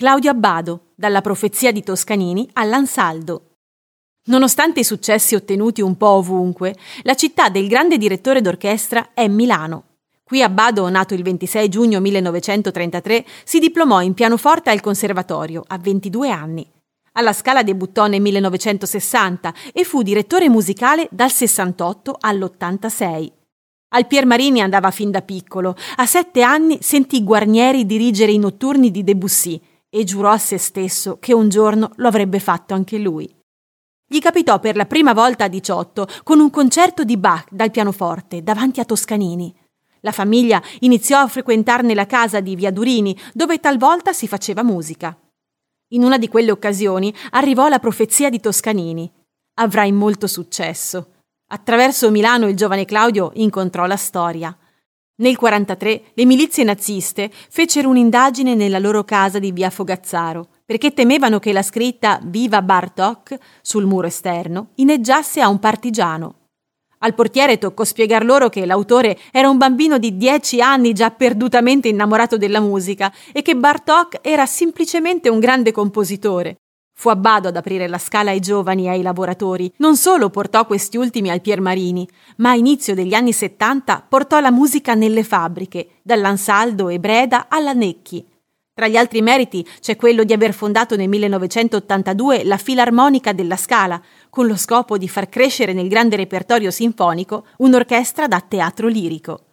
Claudio Abbado, dalla Profezia di Toscanini all'Ansaldo. Nonostante i successi ottenuti un po' ovunque, la città del grande direttore d'orchestra è Milano. Qui Abbado, nato il 26 giugno 1933, si diplomò in pianoforte al Conservatorio a 22 anni. Alla Scala debuttò nel 1960 e fu direttore musicale dal 68 all'86. Al Piermarini andava fin da piccolo. A 7 anni sentì Guarnieri dirigere i notturni di Debussy e giurò a se stesso che un giorno lo avrebbe fatto anche lui. Gli capitò per la prima volta a 18 con un concerto di Bach dal pianoforte davanti a Toscanini. La famiglia iniziò a frequentarne la casa di Via Durini, dove talvolta si faceva musica. In una di quelle occasioni arrivò la Profezia di Toscanini. Avrai molto successo. Attraverso Milano il giovane Claudio incontrò la storia. Nel 1943 le milizie naziste fecero un'indagine nella loro casa di via Fogazzaro perché temevano che la scritta «Viva Bartók» sul muro esterno inneggiasse a un partigiano. Al portiere toccò spiegar loro che l'autore era un bambino di 10 anni già perdutamente innamorato della musica e che Bartók era semplicemente un grande compositore. Fu Abbado ad aprire la Scala ai giovani e ai lavoratori. Non solo portò questi ultimi al Piermarini, ma a inizio degli anni 70 portò la musica nelle fabbriche, dall'Ansaldo e Breda alla Necchi. Tra gli altri meriti c'è quello di aver fondato nel 1982 la Filarmonica della Scala, con lo scopo di far crescere nel grande repertorio sinfonico un'orchestra da teatro lirico.